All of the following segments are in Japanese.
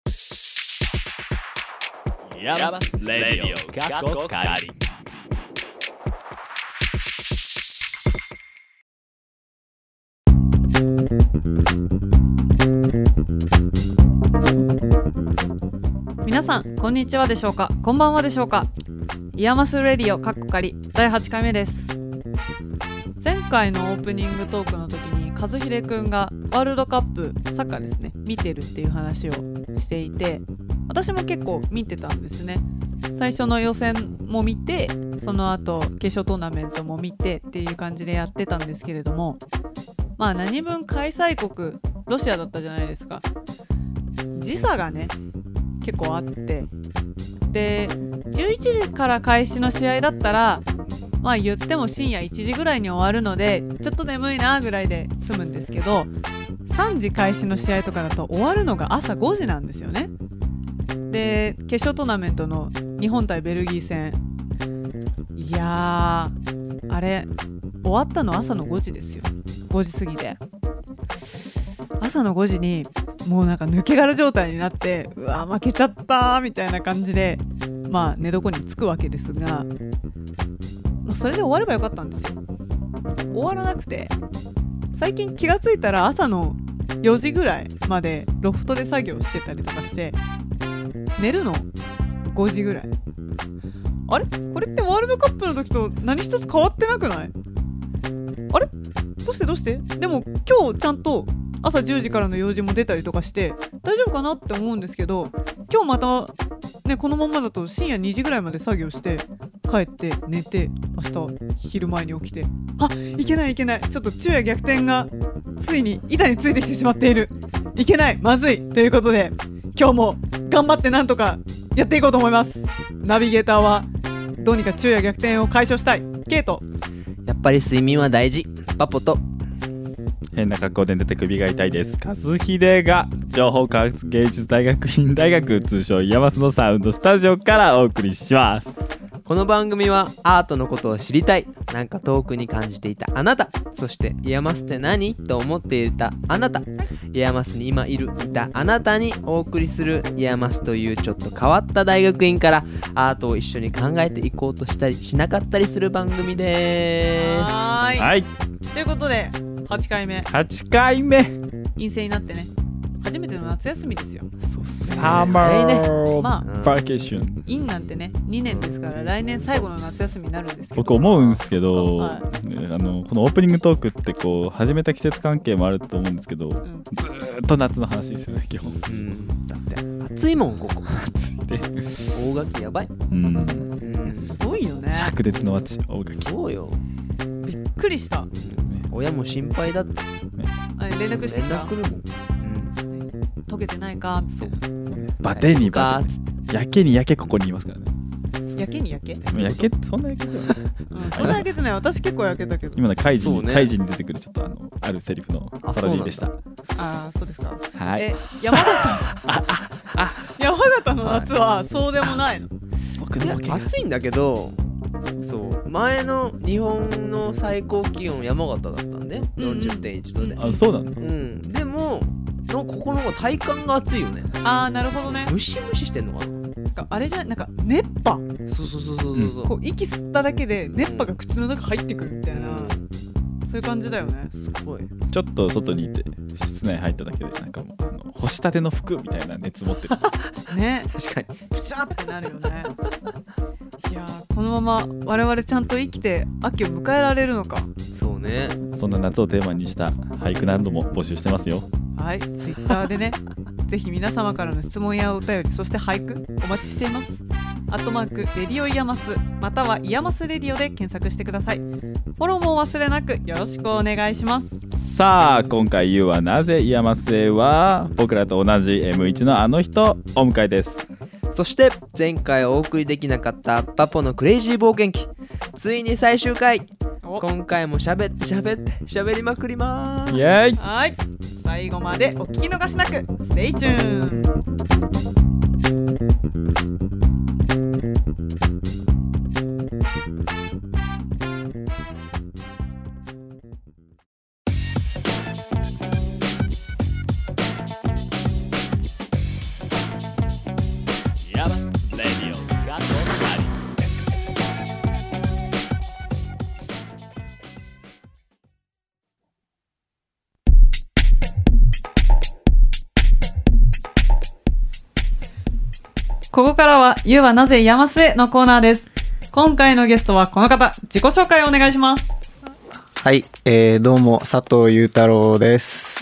ヤマスレディオ過去仮。 皆さんこんにちはでしょうか、こんばんはでしょうか。イヤマスレディオカッコカリ第8回目です。前回のオープニングトークの時に和秀くんがワールドカップサッカーですね見てるっていう話をしていて、私も結構見てたんですね。最初の予選も見て、その後決勝トーナメントも見てっていう感じでやってたんですけれども、まあ何分開催国ロシアだったじゃないですか。時差がね結構あって、で11時から開始の試合だったらまあ言っても深夜1時ぐらいに終わるのでちょっと眠いなぐらいで済むんですけど、3時開始の試合とかだと終わるのが朝5時なんですよね。で決勝トーナメントの日本対ベルギー戦、いやーあれ終わったの朝の5時ですよ。5時過ぎで朝の5時にもうなんか抜け殻状態になって、うわ負けちゃったみたいな感じでまあ寝床につくわけですが、それで終わればよかったんですよ。終わらなくて、最近気がついたら朝の4時ぐらいまでロフトで作業してたりとかして、寝るの5時ぐらい。あれこれってワールドカップの時と何一つ変わってなくない？あれどうしてでも今日ちゃんと朝10時からの用事も出たりとかして大丈夫かなって思うんですけど、今日またねこのままだと深夜2時ぐらいまで作業して帰って寝て、明日昼前に起きて、いけないちょっと昼夜逆転がついに板についてきてしまっている、いけない、まずいということで今日も頑張ってなんとかやっていこうと思います。ナビゲーターはどうにか昼夜逆転を解消したいケイト。 やっぱり睡眠は大事パポと、 変な格好で出て首が痛いです。和秀が情報科学芸術大学院大学通称イヤマスのサウンドスタジオからお送りします。 この番組はアートのことを知りたい、なんか遠くに感じていたあなた、そしてイヤマスって何と思っていたあなた、イヤマスに今いたあなたにお送りするイヤマスというちょっと変わった大学院からアートを一緒に考えていこうとしたりしなかったりする番組です。 はい、 ということで8回目陰性になってね、初めての夏休みですよ。 そうっすね、 サマーまバケーション。 院なんてね2年ですから来年最後の夏休みになるんですけど、 僕思うんですけど、 はい、 このオープニングトークってこう始めた季節関係もあると思うんですけど、ずーっと夏の話ですよね基本。 だって暑いもんここ。 暑いで大垣やばい。 すごいよね。 灼熱の街大垣。 そうよ、 びっくりした、 親も心配だって、 連絡してきた。 連絡来るもん。 溶けてないかみたいな。 バテにバテ、やけにやけここにいますからね。 やけにやけ、 やけそんなやけではないそんなやけてない。私結構やけたけど。 今のカイジにね、 出てくるちょっとあるセリフのパロディでした。 そうですか。 はい。 山形の夏はそうでもないの？ いや暑いんだけど、そう前の日本の最高気温山形だったんだよ、40.1 度で。 あ、そうなんだ。 でもなんかここの方が体感が暑いよね。 なるほどね。 ムシムシしてんのかな。 なんかあれじゃなんか熱波。 そうこう息吸っただけで熱波が口の中入ってくるみたいな、そういう感じだよね。 すごい。 ちょっと外にいて室内入っただけでなんかもう干したての服みたいな熱持ってるね。 確かにプシャってなるよね。いやこのまま我々ちゃんと生きて秋を迎えられるのか。 そうね。 そんな夏をテーマにした俳句何度も募集してますよ。 はい、ツイッターでねぜひ皆様からの質問やお便り、そして俳句お待ちしています。@レディオイヤマスまたはイヤマスレディオで検索してください。フォローも忘れなくよろしくお願いします。 さあ今回 YOU はなぜイヤマスへは僕らと同じ M1 のあの人お迎えです。 そして前回お送りできなかったパポのクレイジー冒険記、ついに最終回。今回も喋りまくりまーす。 イエーイ。 はい、最後までお聞き逃しなく。ステイチューン。 ここからは、ゆうはなぜイヤマスへのコーナーです。今回のゲストはこの方、自己紹介をお願いします。 はい、どうも佐藤裕太郎です。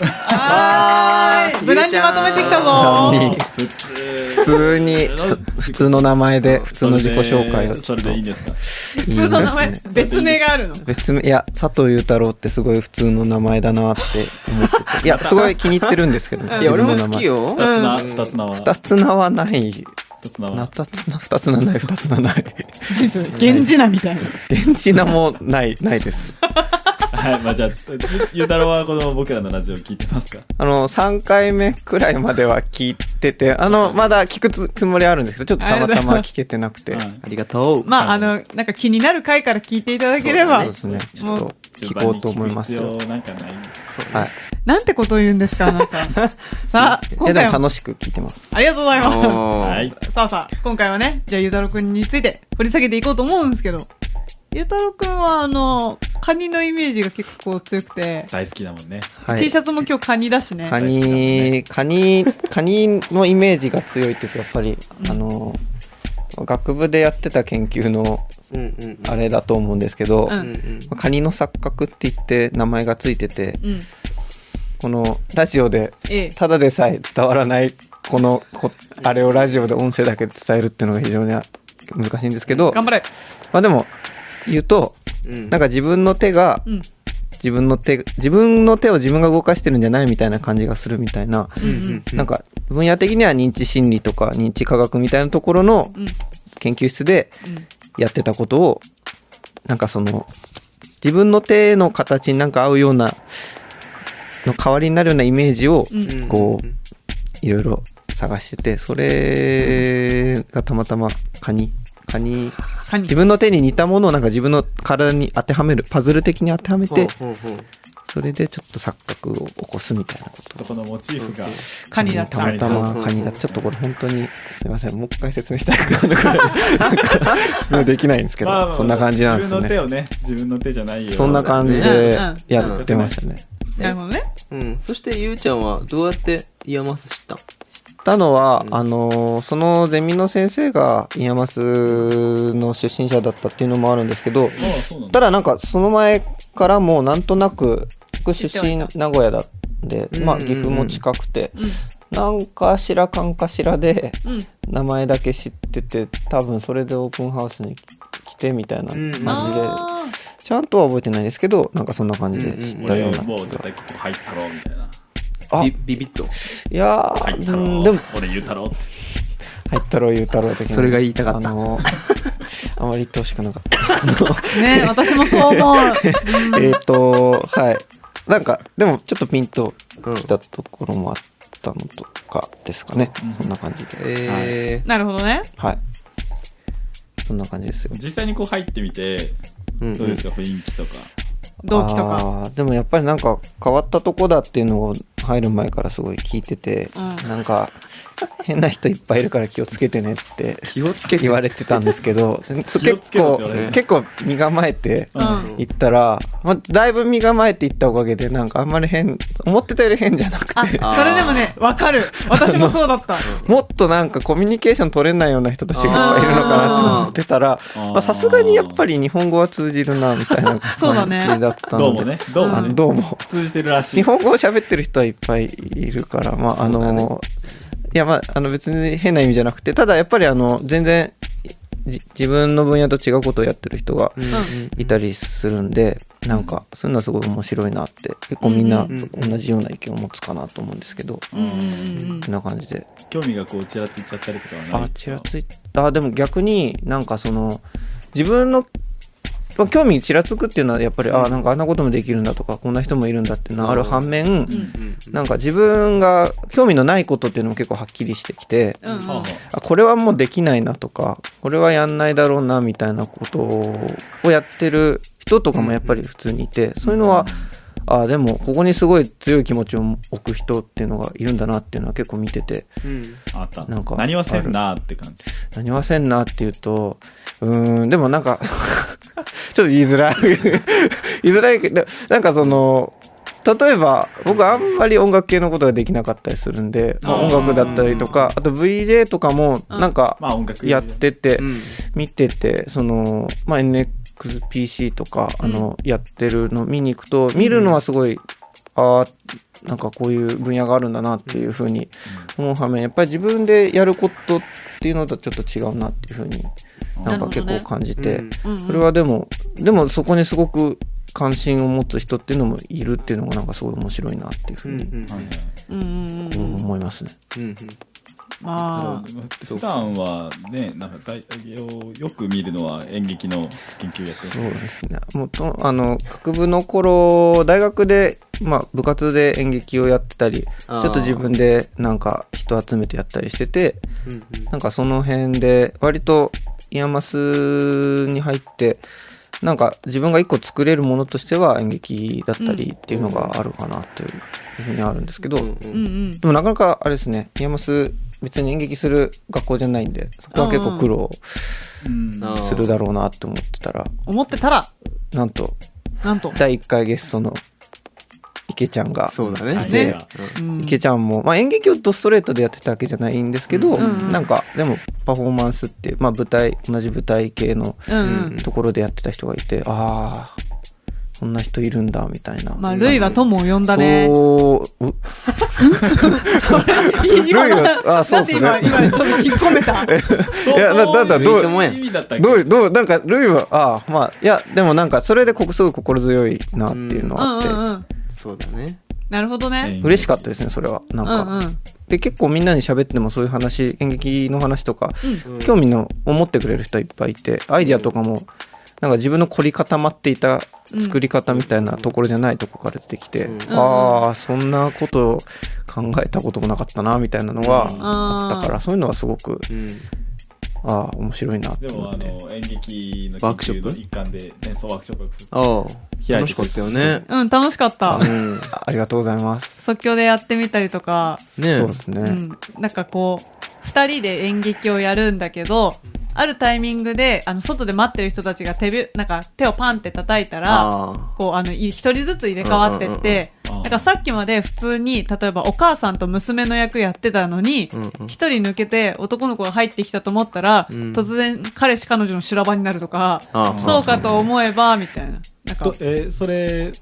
はーい、無難にまとめてきたぞー。 普通に普通の名前で普通の自己紹介をそれでいいんですか？ 普通の名前、別名があるの？ 別名、いや、佐藤裕太郎ってすごい普通の名前だなって思ってて、いや、すごい気に入ってるんですけど、 うんいや俺も自分の名前好きよ。 二つ名は二つ名はない。 二つ名は二つ名ない、二つ名ない。 源氏名みたいな。 源氏名もないです。 はい、まあじゃあゆうたろうはこの僕らのラジオ聞いてますか ？3回目くらいまでは聞いてて、まだ聞くつもりあるんですけど、ちょっとたまたま聞けてなくて。 はいありがとう。 まあ、なんか気になる回から聞いていただければ、 そうですね。ちょっと聞こうと思いますよ。 順番に聞く必要なんかないんですはい。 なんてことを言うんですか、あなた。さあ、 いや、で今回は、 も楽しく聞いてます。 ありがとうございます。 はいさあ、今回はね、じゃあ、ゆうたろうくんについて掘り下げていこうと思うんですけど、ゆうたろうくんは、カニのイメージが結構強くて、 大好きだもんね。 は T いシ。ャツも今日カニだしね。 カニのイメージが強いって言うと、やっぱり、学部でやってた研究のうんうんあれだと思うんですけど、 うんうんカニの錯覚って言って名前がついてて、 うん。 このラジオでええ。 ただでさえ伝わらないあれをラジオで音声だけで伝えるっていうのが非常に難しいんですけど、 頑張れ。 まあでも言うと、 うんなんか自分の手がうん。 自分の手を自分が動かしてるんじゃないみたいな感じがするみたいな、 うんなんか分野的には認知心理とか認知科学みたいなところのうん。 研究室でうん。 やってたことを、なんか自分の手の形になんか合うようなの代わりになるようなイメージをうん。 こういろいろ探してて、それがたまたまカニカニ。 自分の手に似たものをなんか自分の体に当てはめる、パズル的に当てはめて、 ほうほうほうそれでちょっと錯覚を起こすみたいなことそこのモチーフがカニだった。 たまたまカニだ。ちょっとこれ本当にすいません、もう一回説明したいくらいなんか説明できないんですけど、そんな感じなんですよね。 自分の手じゃないよ。 そんな感じでやってましたね。 なるほどね。 うん。そしてゆうちゃんはどうやってイヤマス知った？ たのは、そのゼミの先生がイヤマスの出身者だったっていうのもあるんですけど、 ああ、そうなんだ。 ただなんかその前からもうなんとなく、僕出身名古屋だんで、まあ岐阜も近くて、なんかしらかんかしらでうん。うん。 名前だけ知ってて、多分それでオープンハウスに来てみたいな感じで、 あちゃんとは覚えてないですけど、なんかそんな感じで知った俺ようなもう絶気が。 対ここ入ったろうみたいな。 あ、 ビビッと。 いや入ったろー、でも、 俺言うたろう。 入ったろう言うたろう的な。 それが言いたかったあまり言ってほしくなかった。 ね、私もそう思う。 はい。なんか、でもちょっとピンときたところもあったのとかですかね。そんな感じで。 なるほどね。 はい。そんな感じですよ。 実際にこう入ってみてうんどうですか、雰囲気とか。 同期とか。 でもやっぱりなんか変わったとこだっていうのを入る前からすごい聞いてて、 うんなんか変な人いっぱいいるから気をつけてねって気をつけて言われてたんですけど、 気をつけろって言われる結構身構えてうん。 行ったら、まあ、だいぶ身構えて行ったおかげでなんかあんまり思ってたより変じゃなくて、 あ、それでもね、わかる。私もそうだった。 もっとなんかコミュニケーション取れないような人たちがいっぱいいるのかなと思ってたら、さすがにやっぱり日本語は通じるなみたいなそうだね感じだったので、 どうもね、どうもね。 どうも通じてるらしい。 日本語を喋ってる人はいっぱいいるから、まあいや、まあ別に変な意味じゃなくて、ただやっぱり全然自分の分野と違うことをやってる人がいたりするんで、なんかそういうのはすごい面白いなって、結構みんな同じような意見を持つかなと思うんですけど、こうんうんうんんな感じで。 興味がこうちらついちゃったりとかはない。 ちらついた。でも逆になんか自分の、まあ興味ちらつくっていうのはやっぱり、なんかあんなこともできるんだとか、こんな人もいるんだっていうのはある反面、なんか自分が興味のないことっていうのも結構はっきりしてきて、 うんうんはあはこれはもうできないなとか、これはやんないだろうなみたいなことをやってる人とかもやっぱり普通にいて、そういうのは、でもここにすごい強い気持ちを置く人っていうのがいるんだなっていうのは結構見てて、 あった。 なんか何はせんなーって感じ。 何はせんなっていうと、でもなんかちょっと言いづらい言いづらいけど、なんか例えば僕あんまり音楽系のことができなかったりするんで、まあ、音楽だったりとかあと VJ とかもなんかまあ音楽やっててうん見ててその、まあ、NXPC とかやってるの見に行くと見るのはすごいなんかこういう分野があるんだなっていうふうに思う反面やっぱり自分でやることっていうのとちょっと違うなっていうふうになんか結構感じて、それはでもそこにすごく関心を持つ人っていうのもいるっていうのがなんかすごい面白いなっていうふうに思いますね。 まあ普段はねなんかよく見るのは演劇の研究やってます。 そうですね。もう学部の頃大学で、まあ、部活で演劇をやってたりちょっと自分でなんか人集めてやったりしてて、なんかその辺で割とイヤマスに入ってなんか自分が一個作れるものとしては演劇だったりっていうのがあるかなというふうにあるんですけど、でもなかなかあれですね、イヤマス別に演劇する学校じゃないんでそこは結構苦労するだろうなって思ってたらなんと第1回ゲストの池ちゃんがそうだねいて、池ちゃんも、まあ、演劇をドストレートでやってたわけじゃないんですけど、なんかでもパフォーマンスっていう、まあ、同じ舞台系のところでやってた人がいて、ああこんな人いるんだみたいな。 まあルイは友を呼んだね。 ルイはそうですね。 今ちょっと引っ込めた。 いやだどういう意味だったっけ？どうなんかルイはまあいやでもなんかそれですごい心強いなっていうのがあって、 そうだね。 なるほどね。 嬉しかったですねそれはなんか。で結構みんなに喋ってもそういう話演劇の話とか、興味の思ってくれる人はいっぱいいてアイディアとかもなんか自分の凝り固まっていた作り方みたいなところじゃないとこから出てきて、そんなこと考えたこともなかったなみたいなのがあったから、そういうのはすごく、面白いなって思って。 でも演劇の研究の一環でワークショップ楽しかったよね。 楽しかった。 ありがとうございます。 即興でやってみたりとか、 ね、そうですね。 なんかこう2人で演劇をやるんだけど。あるタイミングで外で待ってる人たちがなんか手をパンって叩いたらこう一人ずつ入れ替わってってなんかさっきまで普通に例えばお母さんと娘の役やってたのに一人抜けて男の子が入ってきたと思ったら突然彼氏彼女の修羅場になるとかそうかと思えばみたいな。なんかそれ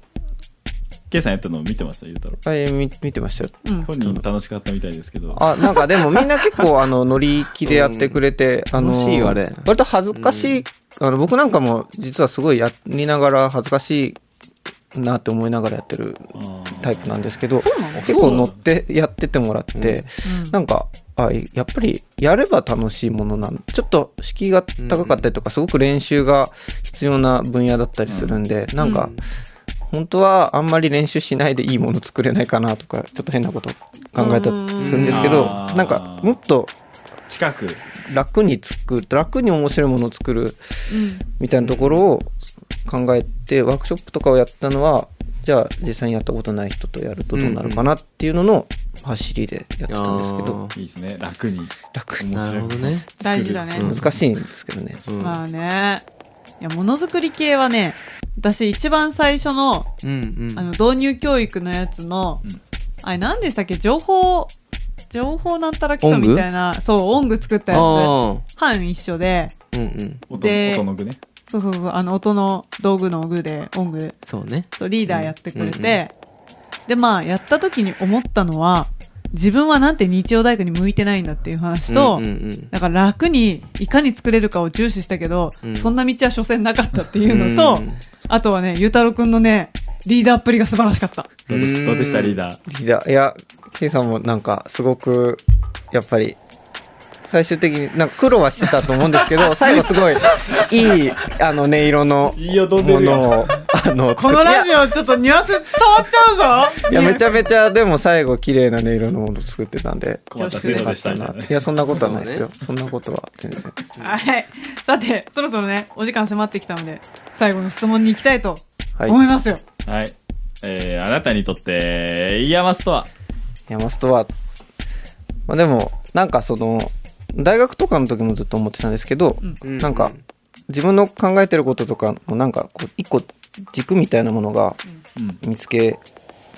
K さんやったの見てましたゆうたろう。 見てましたよ。 本人楽しかったみたいですけど。 なんかでもみんな結構乗り気でやってくれて、 楽しいあれ。 割と恥ずかしい、僕なんかも実はすごいやりながら恥ずかしいなって思いながらやってるタイプなんですけど、結構乗ってやっててもらって、なんかやっぱりやれば楽しいものちょっと敷居が高かったりとかすごく練習が必要な分野だったりするんで、なんか本当はあんまり練習しないでいいもの作れないかなとかちょっと変なこと考えたりするんですけど、なんかもっと近く楽に面白いものを作るみたいなところを考えてワークショップとかをやったのは、じゃあ実際にやったことない人とやるとどうなるかなっていうのの走りでやってたんですけど、 いいですね。楽になるほどね。 大事だね。 難しいんですけどね。 まあね、いやものづくり系はね、私一番最初の、導入教育のやつの、あれ何でしたっけ、情報なんたら基礎みたいな、音具作ったやつ班一緒で、 で音の具ね、 そう音の道具の具で音具、 そうね、 リーダーやってくれて、でまあやった時に思ったのは、自分はなんて日曜大工に向いてないんだっていう話と、だから楽にいかに作れるかを重視したけど、そんな道は所詮なかったっていうのと、あとはね、ゆうたろうくんのね、リーダーっぷりが素晴らしかった。 どうでしたリーダー。 いや、ケイさんもなんかすごくやっぱり最終的になんか苦労はしてたと思うんですけど、最後すごいいい音色のものをこのラジオちょっとニュアンス伝わっちゃうぞ。 いやめちゃめちゃでも最後綺麗な音色のものを作ってたんで、 困った制度でしたね。 いやそんなことはないですよ。そんなことは全然。 はい。さてそろそろねお時間迫ってきたので最後の質問に行きたいと思いますよ。 はい。あなたにとってイヤマスとは？ イヤマスとは、まあでもなんか大学とかの時もずっと思ってたんですけど、なんか自分の考えてることとかもなんかこう一個軸みたいなものが見つけ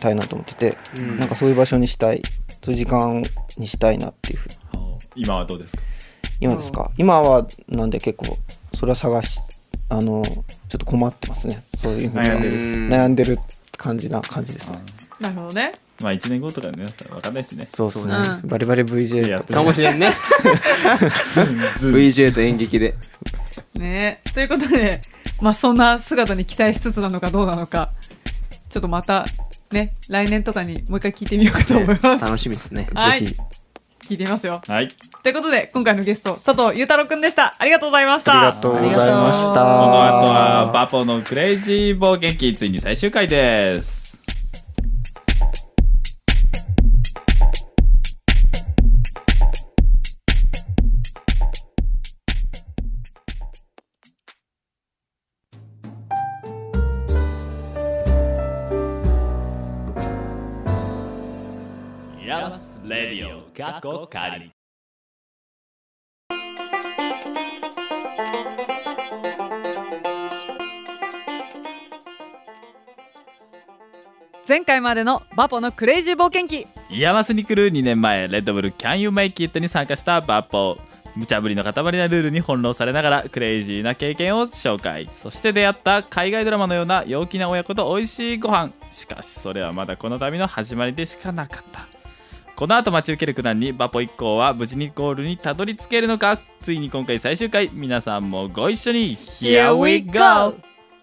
たいなと思ってて、 うんなんかそういう場所にしたい、そういう時間にしたいなっていうふうに。 今はどうですか？ 今ですか？今はなんで結構それは探しちょっと困ってますね。そういう意味では悩んでる感じですね。 なるほどね。 まあ1年後とかになったら分かんないしね。 そうですね、 うんバリバリ VJ とかもしれんねVJ と演劇でねということで、まあそんな姿に期待しつつなのかどうなのか、ちょっとまたね来年とかにもう一回聞いてみようかと思います。 楽しみですね。 はいぜひ聞いてみますよ。 はい。 ということで今回のゲスト佐藤裕太郎くんでした。ありがとうございました。 ありがとうございました。 ありがとうこの後はバポのクレイジー冒険記ついに最終回です。 ヤマスレディオ過去仮。 前回までのバポのクレイジー冒険記。 ヤマスに来る2年前、レッドブル Can You Make It に参加したバポ。無茶ぶりの塊なルールに翻弄されながらクレイジーな経験を紹介。そして出会った海外ドラマのような陽気な親子と美味しいご飯。しかしそれはまだこの旅の始まりでしかなかった。この後待ち受ける苦難にバポ一行は無事にゴールにたどり着けるのか。ついに今回最終回、皆さんもご一緒に Here we go。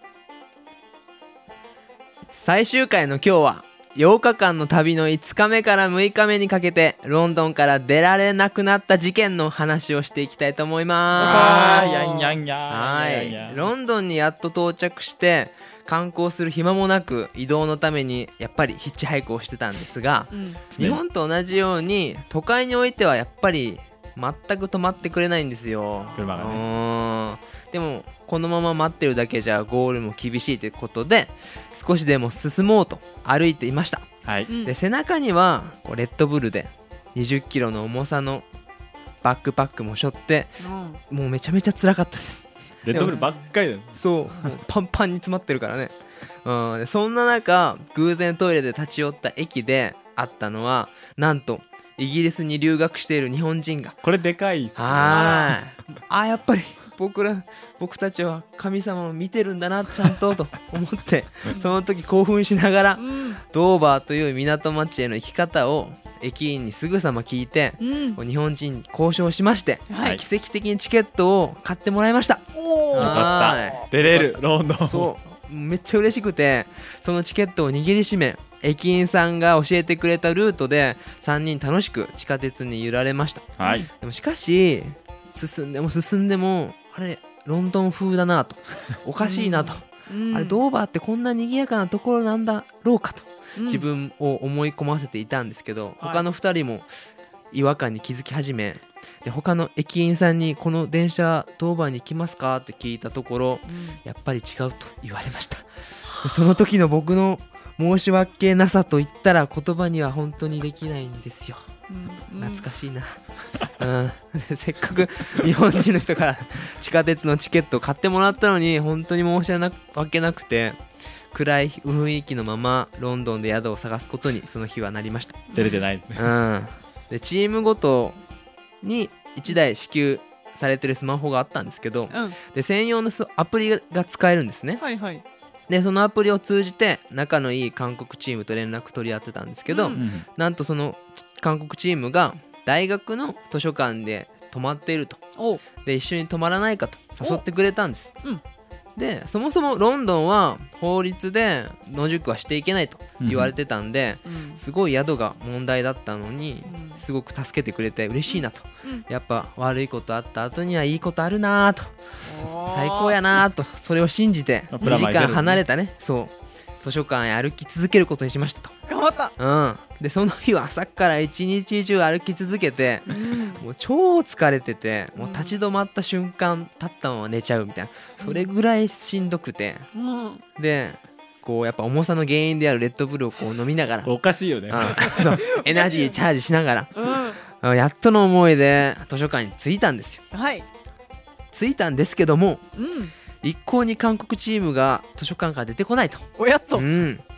最終回の今日は8日間の旅の5日目から6日目にかけてロンドンから出られなくなった事件の話をしていきたいと思いまあーす。 やんやんやはい、ロンドンにやっと到着して観光する暇もなく移動のためにやっぱりヒッチハイクをしてたんですが、 うん日本と同じように都会においてはやっぱり全く止まってくれないんですよ。 車がね。 でもこのまま待ってるだけじゃゴールも厳しいということで少しでも進もうと歩いていました。 はい。 うんで背中にはこうレッドブルで20キロの重さのバックパックも背負ってもうめちゃめちゃ辛かったです。 レッドブルばっかりだよ。 そうもうパンパンに詰まってるからね、でそんな中偶然トイレで立ち寄った駅であったのはなんとイギリスに留学している日本人がこれでかいっすね。 やっぱり僕たちは神様を見てるんだなちゃんとと思ってその時興奮しながらうんドーバーという港町への行き方を駅員にすぐさま聞いてうん日本人に交渉しまして、 はい奇跡的にチケットを買ってもらいました。 おーよかった。出れるロンドン。 そうめっちゃ嬉しくてそのチケットを握りしめ駅員さんが教えてくれたルートで3人楽しく地下鉄に揺られました。 はい。 でもしかし進んでもあれロンドン風だなとおかしいなと、 うんあれドーバーってこんな賑やかなところなんだろうかとうん自分を思い込ませていたんですけど、 はい他の2人も違和感に気づき始めで他の駅員さんにこの電車ドーバーに行きますかって聞いたところやっぱり違うと言われました。でその時の僕の申し訳なさと言ったら言葉には本当にできないんですよ。 うん懐かしいな、でせっかく日本人の人から地下鉄のチケットを買ってもらったのに本当に申し訳なくて暗い雰囲気のままロンドンで宿を探すことにその日はなりました。 出れてないですね。 でチームごとに1台支給されてるスマホがあったんですけどうんで専用のアプリが使えるんですね。 はいはいでそのアプリを通じて仲のいい韓国チームと連絡取り合ってたんですけど、 うんなんとその韓国チームが大学の図書館で泊まっているとおうで一緒に泊まらないかと誘ってくれたんです、 うんでそもそもロンドンは法律で野宿はしていけないと言われてたんで、 うんすごい宿が問題だったのにうんすごく助けてくれて嬉しいなと、 うんやっぱ悪いことあった後にはいいことあるなとおー最高やなとそれを信じて2時プラマイゼロ間離れたねそう図書館へ歩き続けることにしましたと。 頑張ったでその日は朝から一日中歩き続けてもう超疲れててもう立ち止まった瞬間立ったまま寝ちゃうみたいなそれぐらいしんどくてうんでこうやっぱ重さの原因であるレッドブルをこう飲みながらおかしいよね。 そうエナジーチャージしながらうんやっとの思いで図書館に着いたんですよ。 はい着いたんですけどもうん一向に韓国チームが図書館から出てこないと。 おやっとうん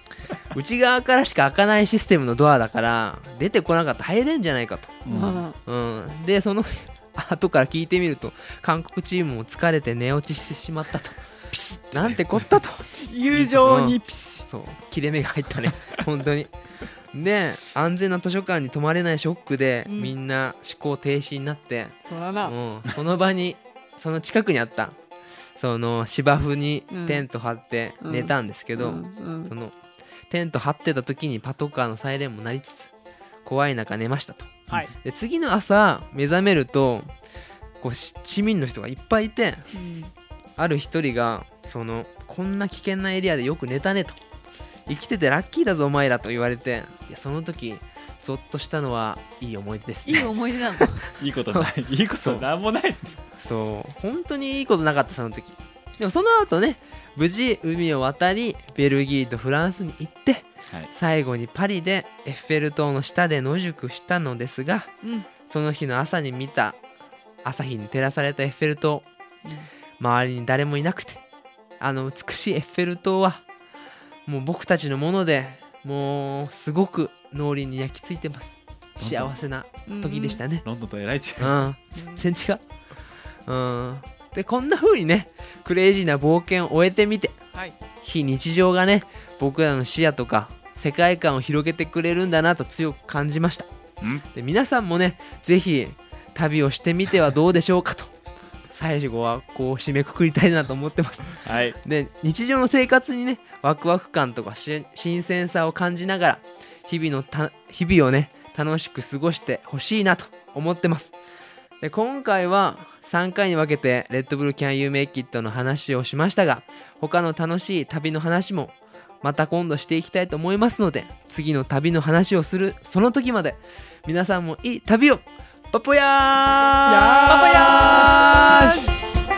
内側からしか開かないシステムのドアだから出てこなかったら入れんじゃないかと、でその後から聞いてみると韓国チームも疲れて寝落ちしてしまったとピシッなんてこったと友情にピシッ、 そう切れ目が入ったね本当に。で安全な図書館に泊まれないショックで、みんな思考停止になって、 そうだな、 その場にその近くにあったその芝生にテント張って寝たんですけど、そのテント張ってた時にパトカーのサイレンも鳴りつつ怖い中寝ましたと、で次の朝目覚めるとこう市民の人がいっぱいいて、ある一人がこんな危険なエリアでよく寝たねと、生きててラッキーだぞお前らと言われて、いやその時ゾッとしたのはいい思い出ですね。 いい思い出なのいいことないいいことなんもない。 そう本当にいいことなかったその時。でもその後ね無事海を渡りベルギーとフランスに行って、最後にパリでエッフェル塔の下で野宿したのですが、その日の朝に見た朝日に照らされたエッフェル塔、周りに誰もいなくて、あの美しいエッフェル塔はもう僕たちのもので、もうすごく脳裏に焼き付いてます。幸せな時でしたね。 ロンドンとえらい違う。 全然違う。でこんな風にねクレイジーな冒険を終えてみて、非日常がね僕らの視野とか世界観を広げてくれるんだなと強く感じました。で皆さんもねぜひ旅をしてみてはどうでしょうかと、最後はこう締めくくりたいなと思ってます。で日常の生活にねワクワク感とか新鮮さを感じながら日々をね楽しく過ごしてほしいなと思ってます。で今回は3回に分けてレッドブル Can You Make It の話をしましたが、他の楽しい旅の話もまた今度していきたいと思いますので、次の旅の話をするその時まで皆さんもいい旅を。パポヤーパポヤー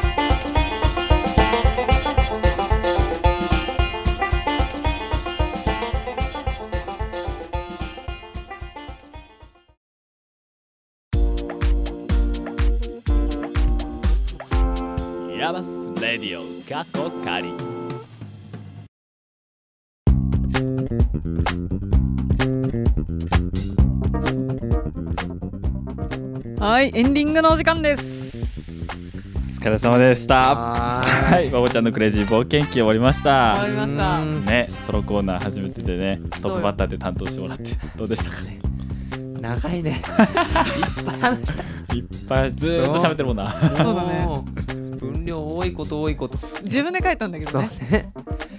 ヤマスレディオ過去仮。 はい、エンディングのお時間です。 お疲れ様でした。はい、バボちゃんのクレイジー冒険記終わりました。 終わりましたね、ソロコーナー初めてでね、トップバッターで担当してもらってどうでしたかね。 長いねいっぱい話した。 いっぱいずーっと喋ってるもんな。 そうだね、 分量多いこと多いこと。 自分で書いたんだけどね。 そうね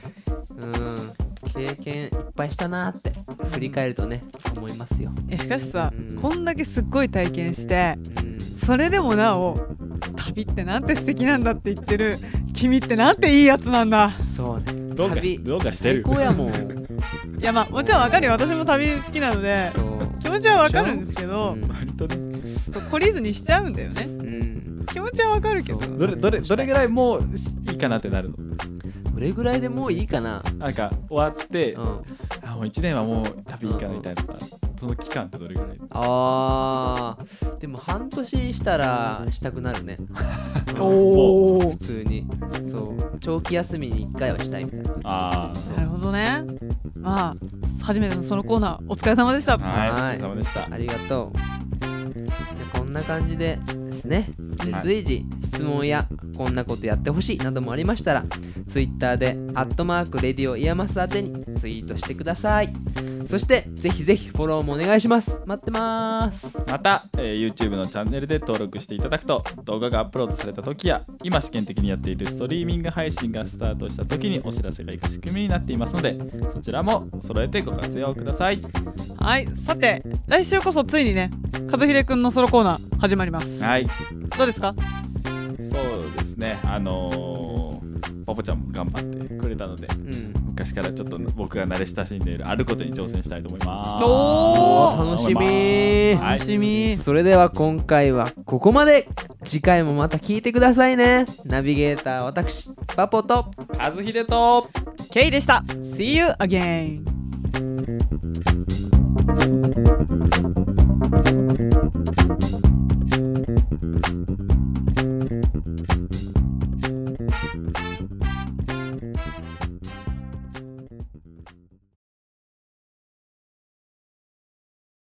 経験いっぱいしたなって振り返るとね思いますよ。 しかしさ、こんだけすっごい体験して、それでもなお旅ってなんて素敵なんだって言ってる君ってなんていいやつなんだ。 そうね、 どうかしてる。 最高やもん。 いやまあもちろんわかるよ、私も旅好きなので気持ちはわかるんですけど、 割とねそう懲りずにしちゃうんだよね。気持ちはわかるけど、 どれぐらいもういいかなってなるの。 どれぐらいでもういいかな。 なんか終わって、もう1年はもう旅いいかなみたいな、その期間ってどれぐらい。 でも半年したらしたくなるね。普通にそう長期休みに1回はしたいみたいな。 なるほどね。まあ初めてのそのコーナーお疲れ様でした。 お疲れ様でした。 ありがとう。でこんな感じでですね、随時質問やこんなことやってほしいなどもありましたら Twitter で@radio イヤマス宛てにツイートしてください。そしてぜひぜひフォローもお願いします。待ってます。 また、YouTube のチャンネルで登録していただくと動画がアップロードされた時や今試験的にやっているストリーミング配信がスタートした時にお知らせがいく仕組みになっていますので、そちらも揃えてご活用ください。 はい、さて来週こそついにね和秀くんのソロコーナー始まります。 はい、 どうですか。 そうですね、パポちゃんも頑張ってくれたので、昔からちょっと僕が慣れ親しんでいるあることに挑戦したいと思います。 楽しみ、 楽しみ。 それでは今回はここまで。次回もまた聞いてくださいね。ナビゲーター私パポと和秀とケイでした。 See you again。